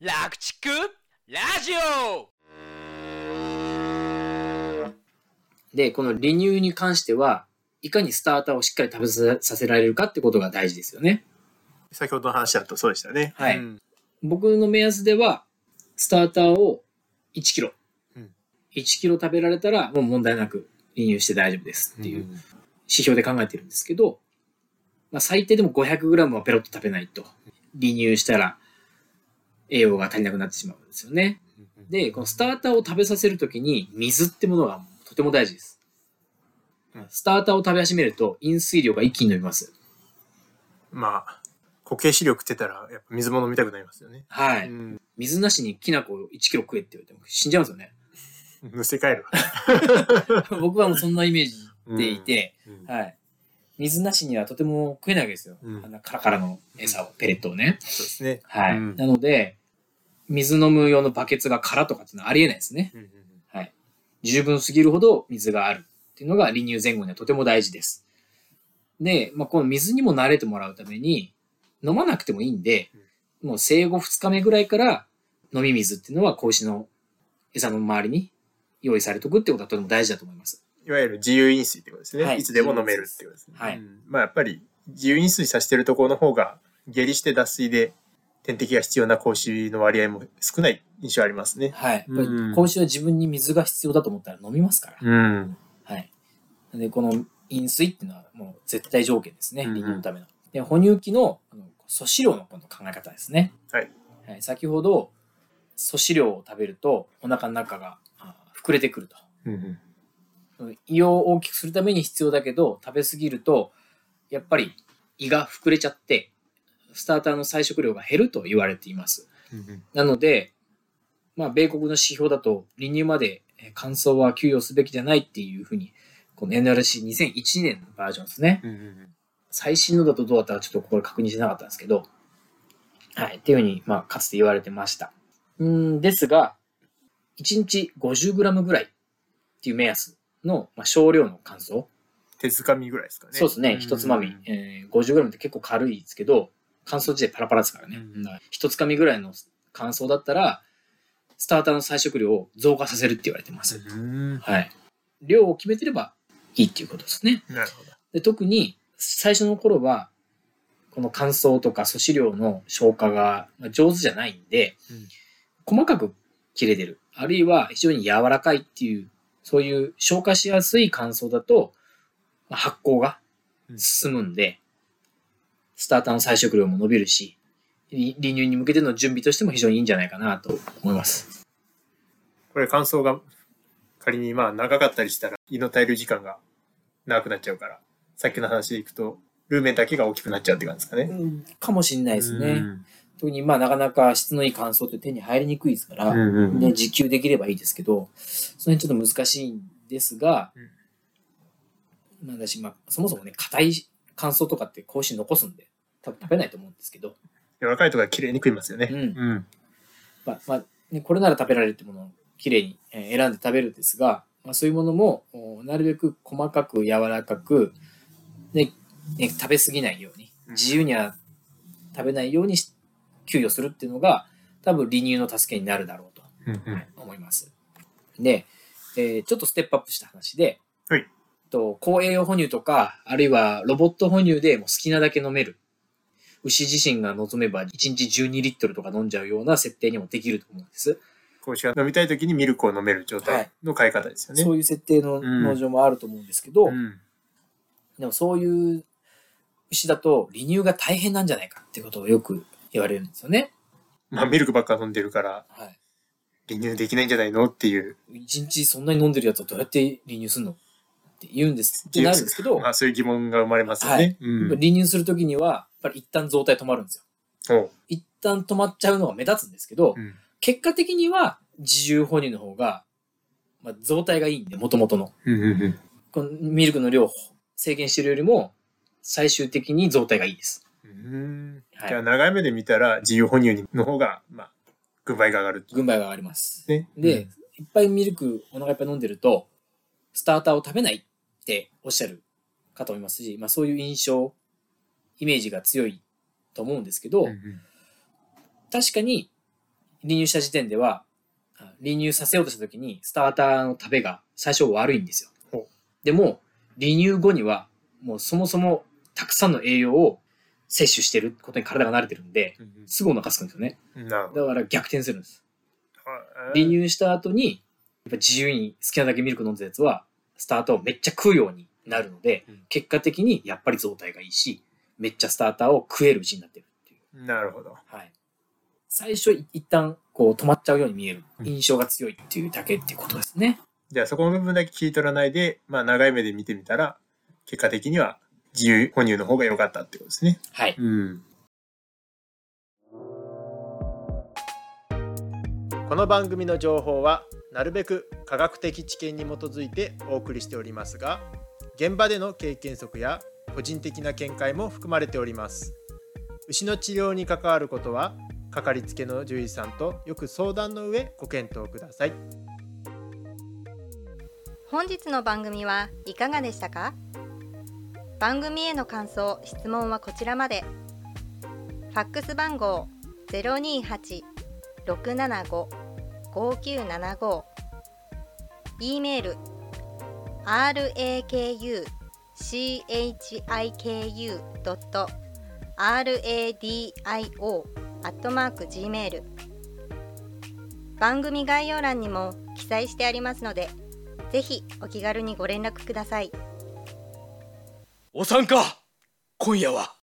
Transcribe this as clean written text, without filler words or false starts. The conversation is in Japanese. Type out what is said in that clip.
楽畜ラジオで、この離乳に関しては、いかにスターターをしっかり食べさせられるかってことが大事ですよね。 先ほどの話だとそうでしたね。 はい。僕の目安では、スターターを1キロ。1キロ食べられたらもう問題なく離乳して大丈夫ですっていう指標で考えてるんですけど、最低でも 500g はペロッと食べないと離乳したら栄養が足りなくなってしまうんですよね。で、このスターターを食べさせるときに水ってものがとても大事です。スターターを食べ始めると飲水量が一気に伸びます。 まあ、固形飼料食ってたらやっぱ水も飲みたくなりますよね。 はい。水なしにきな粉1キロ食えって言われても死んじゃうんですよね。 むせ返る。 僕はもうそんなイメージでいて、はい。水なしにはとても食えないわけですよ。あんなカラカラの餌を、ペレットをね。 そうですね。 はい。なので、水飲む用のバケツが空とかっていうのはありえないですね。はい。十分すぎるほど水があるっていうのが離乳前後にはとても大事です。で、この水にも慣れてもらうために、飲まなくてもいいんで、もう生後2日目ぐらいから飲み水っていうのは子牛の餌の周りに用意されておくってことはとても大事だと思います。 いわゆる自由飲水ってことですね。 はい、 いつでも飲めるってことですね。 はい。 まあやっぱり自由飲水させてるところの方が下痢して脱水で点滴が必要な子牛の割合も少ない印象ありますね。 はい。やっぱり子牛は自分に水が必要だと思ったら飲みますから。はい。で、この飲水っていうのはもう絶対条件ですね。離乳のための。で、哺乳期の素飼料の考え方ですね。 はい。 はい、先ほど素飼料を食べるとお腹の中が膨れてくると。胃を大きくするために必要だけど、食べ過ぎるとやっぱり胃が膨れちゃってスターターの菜食量が減ると言われています。なので、米国の指標だと離乳まで乾燥は給与すべきじゃないっていうふうに、この NRC2001 年のバージョンですね。最新のだとどうだったかちょっとこれ確認してなかったんですけど、はい、っていうふうにかつて言われてました。ですが、1日 50g ぐらいっていう目安の、少量の乾燥。 手づかみぐらいですかね。 そうですね。一つまみ。50g って結構軽いですけど、乾燥自体パラパラですからね。一つかみぐらいの乾燥だったら、スターターの菜食量を増加させるって言われてます。はい。量を決めてればいいっていうことですね。 なるほど。 で、特に最初の頃は、この乾燥とか素飼料の消化が上手じゃないんで、細かく切れてる。あるいは非常に柔らかいっていう、そういう消化しやすい乾燥だと、発酵が進むんで、スターターの菜食量も伸びるし、離乳に向けての準備としても非常にいいんじゃないかなと思います。 これ乾燥が仮に長かったりしたら胃の耐える時間が長くなっちゃうから、さっきの話でいくとルーメンだけが大きくなっちゃうって感じですかね。 かもしれないですね。特になかなか質のいい乾燥って手に入りにくいですから、自給できればいいですけど、その辺ちょっと難しいんですが、私そもそもね、硬い乾燥とかって子牛残すんで、多分食べないと思うんですけど。 柔らかいとか綺麗に食いますよね。 これなら食べられるってものを綺麗に選んで食べるんですが、そういうものもなるべく細かく柔らかく、食べ過ぎないように、自由には食べないように給与するっていうのが多分離乳の助けになるだろうと思います。で、ちょっとステップアップした話で、高栄養哺乳とか、あるいはロボット哺乳でもう好きなだけ飲める。牛自身が望めば1日12リットルとか飲んじゃうような設定にもできると思うんです。 子牛が飲みたい時にミルクを飲める状態の飼い方ですよね。 そういう設定の農場もあると思うんですけど、でもそういう牛だと離乳が大変なんじゃないかっていうことをよく言われるんですよね。 ミルクばっか飲んでるから、離乳できないんじゃないのっていう。 一日そんなに飲んでるやつはどうやって離乳するのって言うんですってなるんですけど、 そういう疑問が生まれますよね。 離乳するときにはやっぱり一旦増体止まるんですよ。一旦止まっちゃうのが目立つんですけど、結果的には自由哺乳の方が、増体がいいんで、元々の。このミルクの量を制限してるよりも最終的に増体がいいです。 じゃあ長い目で見たら自由哺乳の方が軍配が上がる。 軍配が上がります。で、いっぱいミルクお腹いっぱい飲んでるとスターターを食べないっておっしゃる方もいますし、そういう印象イメージが強いと思うんですけど、確かに離乳した時点では、離乳させようとした時にスターターの食べが最初悪いんですよ。でも離乳後にはもうそもそもたくさんの栄養を摂取してることに体が慣れてるんで、すぐお腹空くんですよね。だから逆転するんです。離乳した後にやっぱ自由に好きなだけミルク飲んでたやつはスターターをめっちゃ食うようになるので、結果的にやっぱり状態がいいし、めっちゃスターターを食えるうちになってるっていう。 なるほど。 はい。最初一旦こう止まっちゃうように見える印象が強いっていうだけっていうことですね。 じゃあそこの部分だけ聞い取らないで、まあ長い目で見てみたら、結果的には自由哺乳の方が良かったってことですね。 はい。 この番組の情報はなるべく科学的知見に基づいてお送りしておりますが、現場での経験則や個人的な見解も含まれております。牛の治療に関わることはかかりつけの獣医さんとよく相談の上ご検討ください。 本日の番組はいかがでしたか？番組への感想・質問はこちらまで。ファックス番号 028-675-5975、 E メール rakuchiku.radio@gmail、 番組概要欄にも記載してありますので、ぜひお気軽にご連絡ください。 お参加今夜は